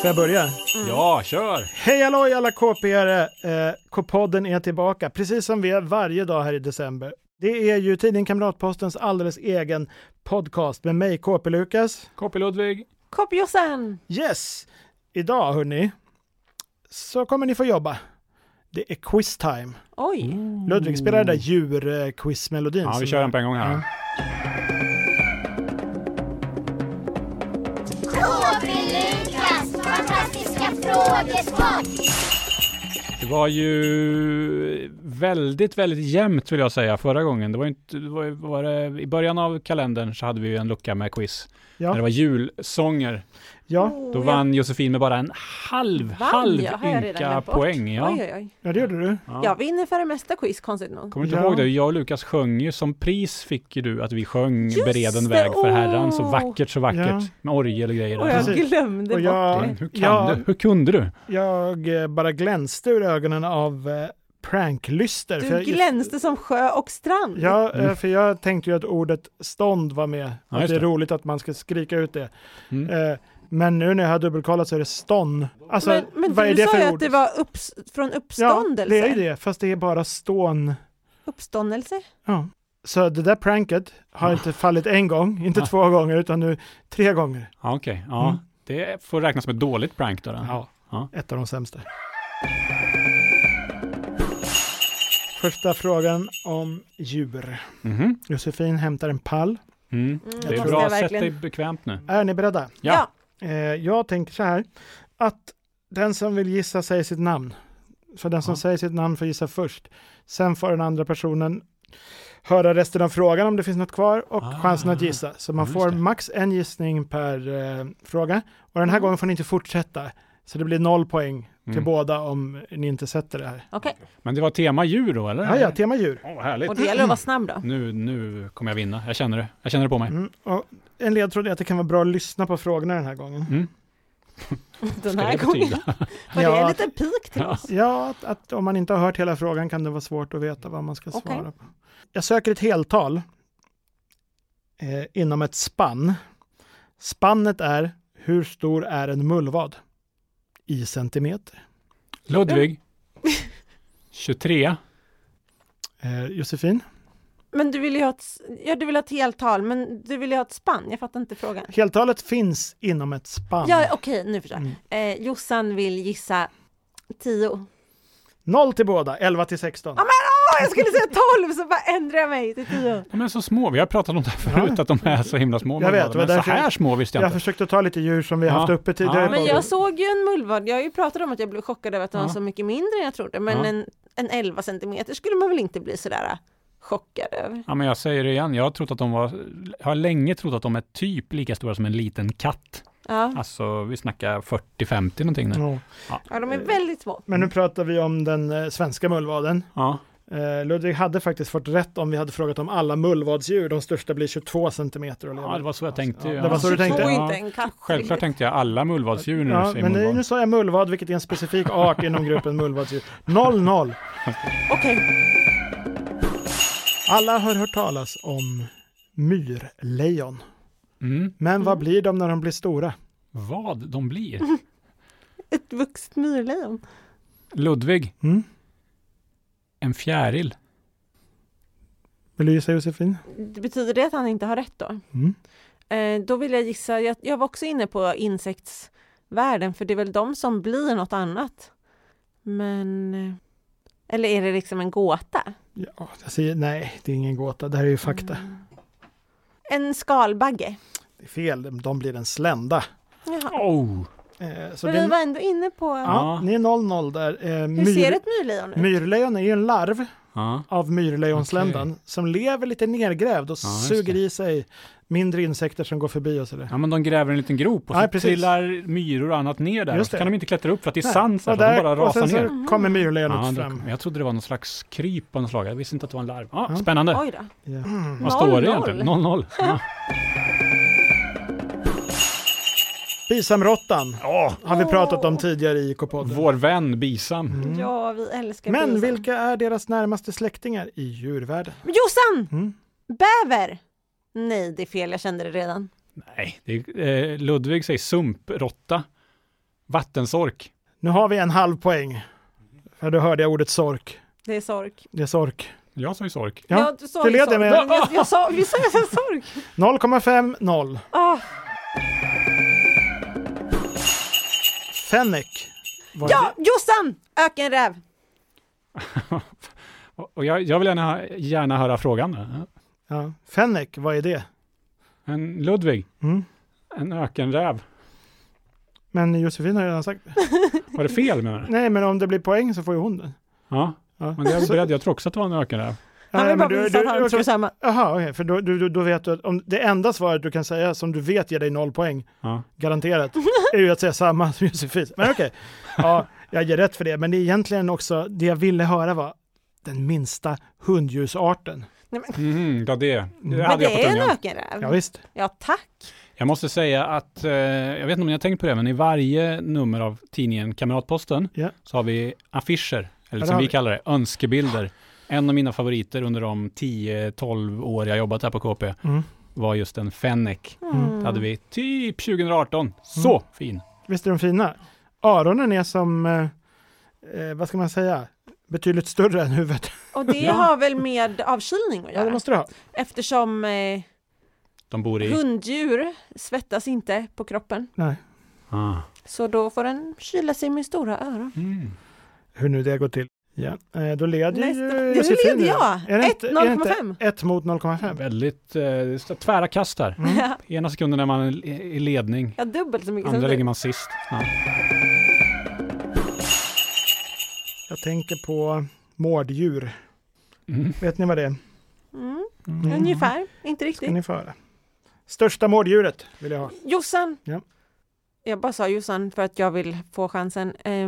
Får jag börja? Ja, kör! Hej halloj alla KP-are! K-podden är tillbaka, precis som vi är varje dag här i december. Det är ju tidningen Kamratpostens alldeles egen podcast med mig, KP-Lukas. KP-Ludvig. KP-Jossan! Yes! Idag, hörni, så kommer ni få jobba. Det är quiz time. Oj! Ludvig spelar den där djur-quiz-melodin. Ja, vi kör den på en gång här. KP-Lukas fantastiska frågesport. Det var ju väldigt, väldigt jämnt vill jag säga förra gången. Det var det, i början av kalendern så hade vi ju en lucka med quiz. Ja. När det var julsånger. Ja. Då vann Josefin med bara en halv ynka poäng. Ja. Oj. Ja, det gjorde du. Ja. Jag vinner för det mesta quiz, konstigt nog. Kommer du inte ihåg det? Jag och Lukas sjöng ju, som pris fick ju du att vi sjöng Bereden väg för Herran. Så vackert. Ja. Med orgel och grejer. Och jag Precis. glömde Och bort det. Hur kunde du? Jag bara glänste ur ögonen av pranklyster. Du glänste som sjö och strand. Ja, för jag tänkte ju att ordet stånd var med. Ja, att just det är det. roligt att man ska skrika ut det. Mm. Men nu när jag har dubbelkollat så är det stånd. Alltså, Men vad är du det sa ju för att ord? det var från Ja, uppståndelse. det är ju det. Fast det är bara stån. Uppståndelse? Ja. Så det där pranket har inte fallit en gång, inte 2 gånger, utan nu 3 gånger. Ja, okej. Ja. Mm. Det får räknas som ett dåligt prank då. Ja, ett av de sämsta. Första frågan om djur. Mhm. Josefin hämtar en pall. Mm. Det är måste bra, jag sätt verkligen. dig bekvämt nu. Är ni beredda? Ja. Jag tänker så här, att den som vill gissa säger sitt namn. Så den som säger sitt namn får gissa först. Sen får den andra personen höra resten av frågan om det finns något kvar och chansen att gissa. Så man just får det. max en gissning per fråga. Och den här gången får ni inte fortsätta. Så det blir 0 poäng till båda om ni inte sätter det här. Okej. Men det var tema djur då, eller? Ja, tema djur. Härligt. Och det gäller att vara snabb då. Nu kommer jag vinna. Jag känner det. Jag känner det på mig. Och en ledtråd är att det kan vara bra att lyssna på frågorna den här gången. Mm. Den Ska här det gången. betyda? Var det Ja. en liten pik till oss? Ja, att om man inte har hört hela frågan kan det vara svårt att veta vad man ska Okej. svara på. Jag söker ett heltal inom ett spann. Spannet är, hur stor är en mullvad? I centimeter. Ludvig. 23. Josefin? Men du vill ju ha du vill ha ett heltal, men du vill ju ha ett spann. Jag fattar inte frågan. Heltalet finns inom ett spann. Ja, okej, nu förstår jag. Jossan vill gissa 10. 0 till båda, 11 till 16. Jag skulle säga 12, så bara ändrar jag mig till 10. De är så små. Vi har pratat om det här förut, att de är så himla små. Jag vet, Men det var så här därför små visste jag Jag inte. försökte ta lite djur som vi har haft uppe tidigare. Ja, i Men podden. jag såg ju en mullvad. Jag har ju pratat om att jag blev chockad över att den var så mycket mindre än jag trodde. Men Ja. en 11 centimeter skulle man väl inte bli sådär chockad över. Ja, men jag säger det igen. Jag har länge trott att de är typ lika stora som en liten katt. Ja, Alltså, vi snackar 40-50 någonting nu. Ja. ja de är väldigt små. Men nu pratar vi om den svenska mullvaden. Ja. Ludvig hade faktiskt fått rätt om vi hade frågat om alla mullvadsdjur. De största blir 22 centimeter att leva. Ja, det var så jag tänkte. Ja, det var så du tänkte. Och Ja. inte en katt. Självklart tänkte jag alla mullvadsdjur när Ja, du säger men mullvad. nu sa jag mullvad, vilket är en specifik art inom gruppen mullvadsdjur. 0-0. Okej. Alla har hört talas om myrlejon. Mm. Men vad blir de när de blir stora? Vad de blir. Ett vuxet myrlejon. Ludvig. Mm? En fjäril. Vill du gissa, Josefin? Betyder det att han inte har rätt då? Mm. Då vill jag gissa, jag var också inne på insektsvärlden, för det är väl de som blir något annat. Men, eller är det liksom en gåta? Ja, jag säger nej, det är ingen gåta. Det här är ju fakta. En skalbagge. Det är fel, de blir en slända. Jaha. Så Men vi var ändå inne på, ja, ni är 0-0 där. hur ser ett myrlejon ut? Myrlejon är ju en larv Ja. av myrlejonsländan som lever lite nergrävd och just suger det. i sig mindre insekter som går förbi och sådär. Ja, men de gräver en liten grop och Ja, så precis. trillar myror och annat ner där. Just Så det. kan de inte klättra upp för att det är Nej. sand, så Och att de där- bara och rasar sen så ner. kommer myrlejonet Ja, fram. jag trodde det var någon slags kryp av något slag. Jag visste inte att det var en larv. Ja, Ja. spännande. Oj då. Ja. Vad står det 0-0. egentligen? 0-0. Ja. Bisamråttan har vi pratat om tidigare i K-podden. Vår vän Bisam. Ja, vi älskar Men bisam. vilka är deras närmaste släktingar i djurvärlden? Men Jossan! Mm. Bäver! Nej, det är fel. Jag kände det redan. Nej, det är, Ludvig säger sumprotta. Vattensork. Nu har vi en halv poäng. För då hörde jag ordet sork. Det är sork. Det är sork. Jag sa ju sork. Ja, du sa det ju leder sork. med- Men jag sa sork. 0,5-0. Ah. Fennec. Vad är Ja, Jossan! Ökenräv. Och jag vill gärna höra frågan. det? Ja. Fennec, vad är det? En Ludvig. Mm. En ökenräv. Men Josefin har ju redan sagt det. Var det fel menar du? Nej, men om det blir poäng så får ju hon den. Ja, Ja. men jag är beredd. Jag tror också att det var en ökenräv. Han vill men bara visa att han tror okej. samma. Jaha, okej. För då vet du att om det enda svaret du kan säga som du vet ger dig 0 poäng, Ja. garanterat, är ju att säga samma som Josefin. Men okej, ja, jag ger rätt för det. Men det är egentligen också, det jag ville höra var den minsta hunddjursarten. Nej, men, Ja, det men hade jag på det är en tungan. ökenräv. Ja, visst. Ja, tack. Jag måste säga att, jag vet inte om ni har tänkt på det, men i varje nummer av tidningen Kamratposten Ja. så har vi affischer, eller det som har vi vi. kallar det, önskebilder. En av mina favoriter under de 10-12 år jag jobbat här på KP Mm. var just en Fennec. Mm. Det hade vi typ 2018. Så fin! Visst är de fina? Öronen är som, vad ska man säga, betydligt större än huvudet. Och det har väl med avkylning att Ja, det göra. måste du ha. Eftersom De bor i... hunddjur svettas inte på kroppen. Nej, Ah. Så då får den kyla sig med stora öron. Mm. hur nu det går till. Ja, då leder Nästa. ju Nu Josefin. leder jag. Är det inte 1,05. 1 mot 0,5? Väldigt så tvära kast där. Mm. Ena sekunden är man i ledning, Ja, dubbelt så mycket andra som ligger du. man sist. Ja. Jag tänker på mårddjur. Mm. Vet ni vad det är? Mm. Mm. Ungefär, inte Ska riktigt. ni få höra. Största mårddjuret vill jag ha. Jossan. Ja. Jag bara sa Jossan för att jag vill få chansen.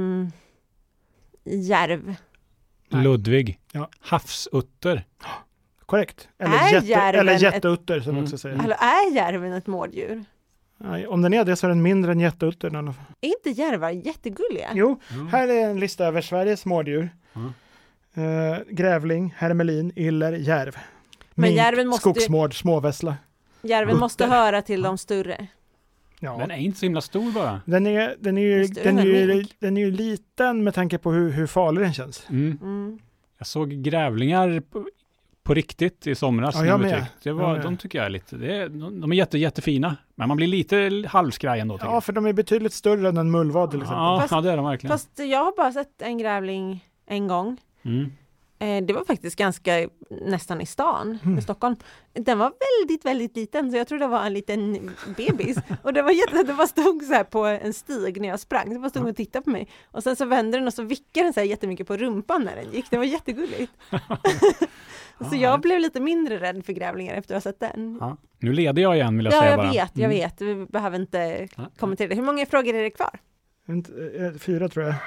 Järv. Nej. Ludvig. Ja. Havsutter. Korrekt. Är järven eller ett- jätteutter som Mm. också säger. Eller är järven ett mårddjur? Nej, om den är det så är den mindre än jätteuttern i alla fall. Är inte järvar jättegulliga? Jo, här är en lista över Sveriges mårddjur. Mm. Grävling, hermelin, iller, järv. Men Mink, järven måste- skogsmård, småvässla. Järven måste höra till de större. Ja. Den är inte så himla stor bara. Den är ju liten med tanke på hur farlig den känns. Mm. Mm. Jag såg grävlingar på riktigt i somras. Ja, i jag butik. med. Det Jag var, med. de tycker jag är lite, de är jättefina. Men man blir lite halvskraj ändå. tycker Ja, jag. för de är betydligt större än en mullvad till exempel. Ja, Fast- ja, det är de verkligen. Fast jag har bara sett en grävling en gång. Mm. Det var faktiskt ganska nästan i stan i Stockholm. Den var väldigt, väldigt liten så jag tror det var en liten bebis. Och det var det bara stod så här på en stig när jag sprang. Det bara stod och tittade på mig. Och sen så vände den och så vickade den så här jättemycket på rumpan när den gick. Det var jättegulligt. Så jag blev lite mindre rädd för grävlingar efter att ha sett den. Ja. Nu leder jag igen vill jag Ja, säga jag bara. vet, jag vet. Vi behöver inte Ja. kommentera det. Hur många frågor är det kvar? 4 tror jag.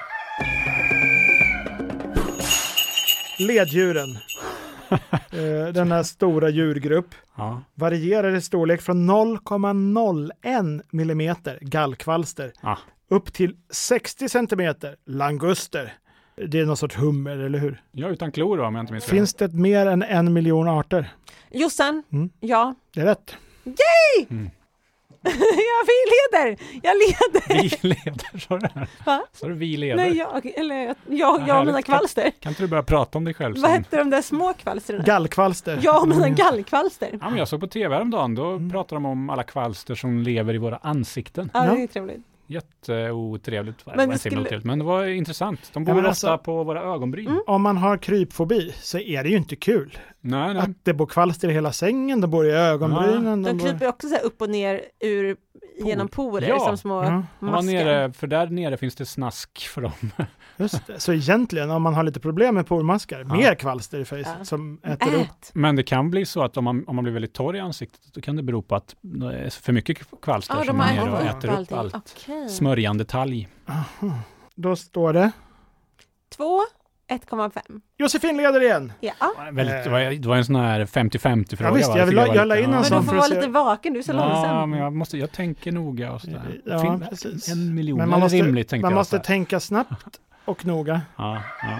Leddjuren. Denna stora djurgrupp Ja. varierar i storlek från 0,01 millimeter gallkvalster Ah. upp till 60 centimeter languster. Det är någon sorts hummer, eller hur? Ja, utan klor då, om jag inte minns fel. Finns det mer än 1 miljon arter? Jossan, Mm. ja. Det är rätt. Mm. Vi leder! Jag leder! Vi leder, sa du här. Va? Så du vi leder. Nej, jag och mina härligt. kvalster. Kan inte du börja prata om dig själv Vad sen? hette de där små kvalstren? Gallkvalster. Jag och mina gallkvalster. Ja, men jag såg på tv häromdagen, då pratar de om alla kvalster som lever i våra ansikten. Ja, Ja. det är trevligt. Jätteotrevligt. Men Men det, det var skulle- otrevligt, men det var intressant. De Ja, bor men ofta alltså- på våra ögonbryn. Om man har krypfobi så är det ju inte kul. Nej, nej. Att det bor kvalster i hela sängen, de bor i ögonbrynen. De de bor... kryper också så här upp och ner genom porer Ja. som små Ja. De var maskar. nere, för där nere finns det snask för dem. Just det. Så egentligen, om man har lite problem med pormaskar, mer kvalster i face Ja. som äter upp. Ät! Men det kan bli så att om man blir väldigt torr i ansiktet, då kan det bero på att det är för mycket kvalster Ja, som de är har nere och ätit äter upp upp allting. allt. Okej. Smörjande talg. Aha. Då står det 2, 1,5. Josefin leder igen. Ja. Det var en sån här 50-50 fråga. Ja, visst, va? jag tycker la in en Men sån du för får att vara se- lite vaken, du är så Ja, långsam. men jag tänker noga och sådär. Ja, precis. 1 miljon Men är man måste, rimligt, tänkte man jag. måste så här. tänka snabbt och noga. Ja, ja.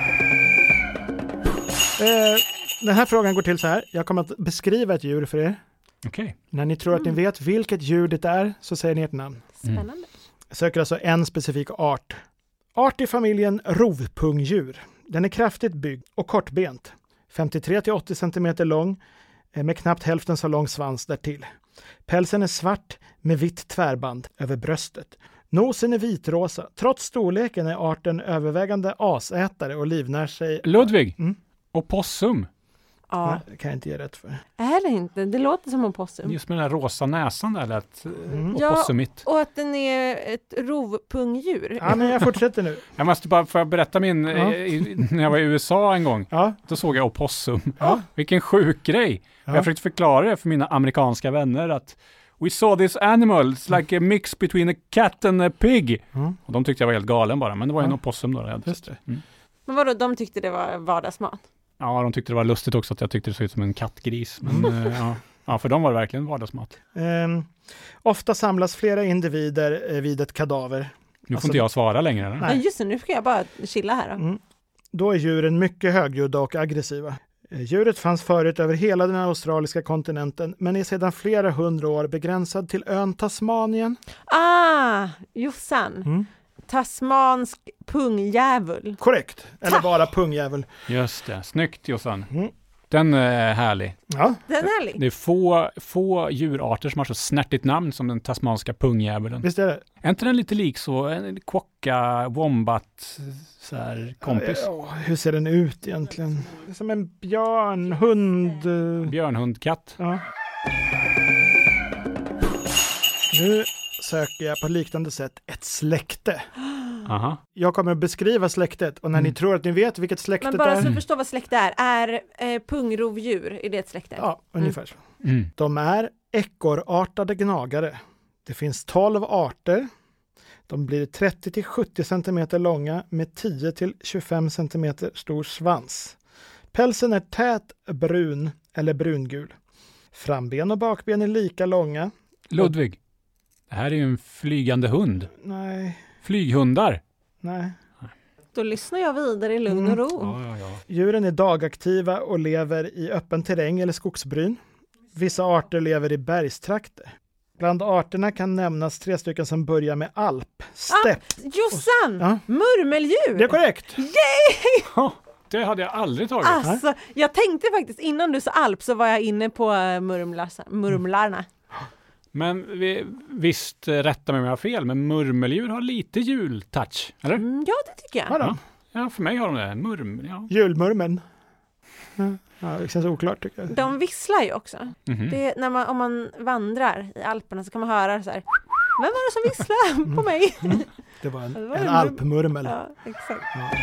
Den här frågan går till så här. Jag kommer att beskriva ett djur för er. Okej. När ni tror att ni vet vilket djur det är så säger ni ert namn. Spännande. Jag söker alltså en specifik art. Art i familjen rovpungdjur. Den är kraftigt byggd och kortbent. 53-80 cm lång med knappt hälften så lång svans därtill. Pälsen är svart med vitt tvärband över bröstet. Nosen är vitrosa. Trots storleken är arten övervägande asätare och livnär sig... Ludvig! Opossum! Ja. Nej, det kan jag inte ge rätt för. Är det inte? Det låter som opossum. Just med den här rosa näsan där lät Ja, opossumigt. och att den är ett rovpungdjur. Ja, men jag fortsätter nu. Jag måste bara få berätta när jag var i USA en gång. Ja. Då såg jag opossum. Ja. Vilken sjuk grej. Ja. Jag försökte förklara det för mina amerikanska vänner att we saw this animal, it's like a mix between a cat and a pig. Och de tyckte jag var helt galen bara, men det var en opossum då. Just det. Men vadå, de tyckte det var vardagsmat? Ja, de tyckte det var lustigt också att jag tyckte det såg ut som en kattgris. Men ja, för dem var det verkligen vardagsmat. Ofta samlas flera individer vid ett kadaver. Nu får inte jag svara längre. Eller? Ja, just det, nu ska jag bara chilla här då. Då är djuren mycket högljudda och aggressiva. Djuret fanns förut över hela den australiska kontinenten men är sedan flera 100 år begränsad till ön Tasmanien. Jossan. Tasmansk pungjävul. Korrekt, eller bara pungjävel. Just det, snyggt Jossan. Den är härlig. Ja. Den är härlig. Det är få djurarter som har så snärtigt namn som den tasmanska pungjävulen. Visst är det? Är inte den lite lik så en quokka, wombat, så här kompis? Hur ser den ut egentligen? Som en björn, hund... Björnhundkatt. Ja. Nu söker jag på liknande sätt ett släkte. Aha. Jag kommer att beskriva släktet och när ni tror att ni vet vilket släktet Men bara är... så förstå vad släkte är pungrovdjur, är det ett släkte? Ja, ungefär så. Mm. De är ekorartade gnagare. Det finns 12 arter. De blir 30-70 cm långa med 10-25 cm stor svans. Pälsen är tät brun eller brungul. Framben och bakben är lika långa. Ludvig, det här är ju en flygande hund. Nej. Flyghundar. Nej. Då lyssnar jag vidare i lugn och ro. Ja. Djuren är dagaktiva och lever i öppen terräng eller skogsbryn. Vissa arter lever i bergstrakter. Bland arterna kan nämnas 3 stycken som börjar med alp, stepp. Jossan! Murmeldjur! Det är korrekt. Yay! Det hade jag aldrig tagit. Alltså, jag tänkte faktiskt innan du sa alp så var jag inne på murmlarna. Men visst, rätta mig om jag har fel, men murmeldjur har lite jultouch, eller? Ja, det tycker jag. Har de? Ja, för mig har de det. Julmurmeln. Ja, det känns oklart tycker jag. De visslar ju också. Mhm. Det är om man vandrar i Alperna så kan man höra så här. Vem var det som visslade på mig? Det var en alpmurmel. Ja, exakt.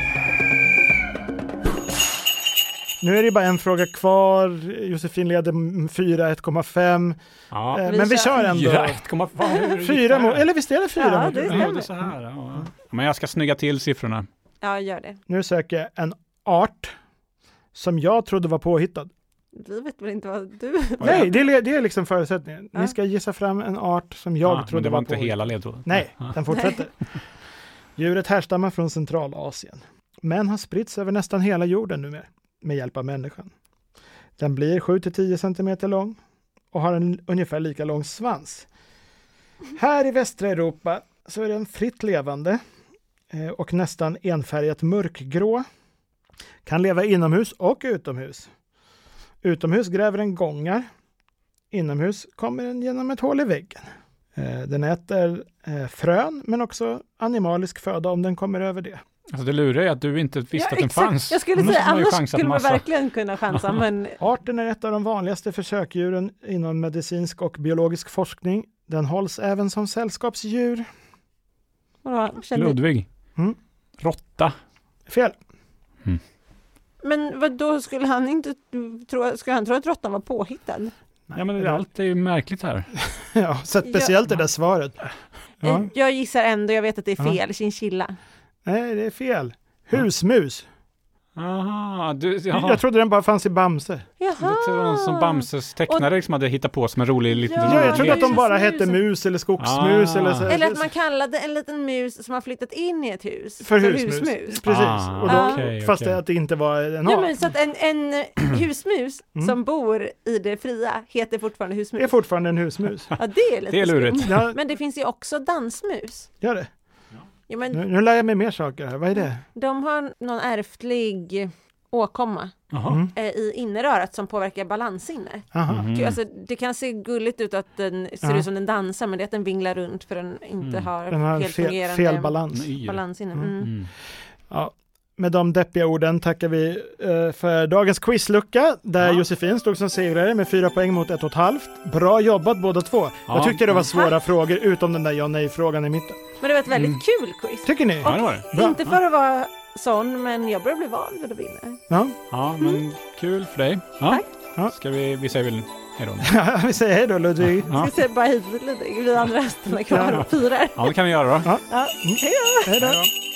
Nu är det bara en fråga kvar. Josefin leder 4-1,5. Ja. Men vi kör ändå. 4 eller visst är det 4 Ja, mot? det Ja, stämmer. det är så här. Ja. Men jag ska snygga till siffrorna. Ja, gör det. Nu söker jag en art som jag trodde var påhittad. Vi vet väl inte vad du... Nej, det är liksom förutsättningen. Ja. Ni ska gissa fram en art som jag Men trodde det var var inte påhittad. hela ledtråden. Nej, den fortsätter. Djuret härstammar från Centralasien, men har spritts över nästan hela jorden numera med hjälp av människan. Den blir 7-10 cm lång och har en ungefär lika lång svans. Här i västra Europa så är den fritt levande och nästan enfärgat mörkgrå. Kan leva inomhus och utomhus. Utomhus gräver den gångar. Inomhus kommer den genom ett hål i väggen. Den äter frön men också animalisk föda om den kommer över det. Alltså det lurar är att du inte visste att den exakt. fanns. Jag skulle Annars säga, har man ju annars chansat skulle man massa. verkligen kunna chansa. Men Arten är ett av de vanligaste försöksdjuren inom medicinsk och biologisk forskning. Den hålls även som sällskapsdjur. Ludvig. Mm. Råtta. Fel. Men vad då skulle han inte tro att råttan var påhittad? Ja, men allt är ju märkligt här. Ja, så speciellt det där svaret. Ja. Jag gissar ändå, jag vet att det är fel, chinchilla. Nej, det är fel. Husmus. Aha, Jag trodde den bara fanns i Bamse. Jaha. Det var någon som Bamses tecknare liksom hade hittat på som en rolig liten... Ja, jag trodde att de bara Husmus. hette mus eller skogsmus. Eller, så. Eller att man kallade en liten mus som har flyttat in i ett hus. För husmus. Precis. Och då, fast okej. att det inte var en Ja, art. men så att en husmus som bor i det fria heter fortfarande husmus. Det är fortfarande en husmus. Ja, det är lite Det är lurigt. skumt. Ja, Men det finns ju också dansmus. gör det. Ja, men Nu lär jag mig mer saker här. Vad är det? de har någon ärftlig åkomma Jaha. i innerörat som påverkar balanssinne. Aha. Mhm. Alltså, det kan se gulligt ut att den ser ut som den dansar, men det är att den vinglar runt för den inte har Den har helt fel fungerande balans. balansinne. Ja, med de deppiga orden tackar vi för dagens quizlucka där Josefin stod som segrare med 4 poäng mot 1,5. Bra jobbat båda två. Jag tyckte det var svåra frågor utom den där ja nej-frågan i mitten. Men det var ett väldigt kul quiz. Tycker ni? Ja, det var det. Bra. Inte för att vara sån, men jag börjar bli van vid att vinna. Ja. Ja, men kul för dig. Ja. Tack. Ja. Ska vi säger väl hej då. Vi säger hej då, Ludvig. Ja. Ska vi se bara hit lite, vi andra stannar kvar och firar. Ja, det kan vi göra då. Ja. Ja. Hej då! Hej då. Hej då.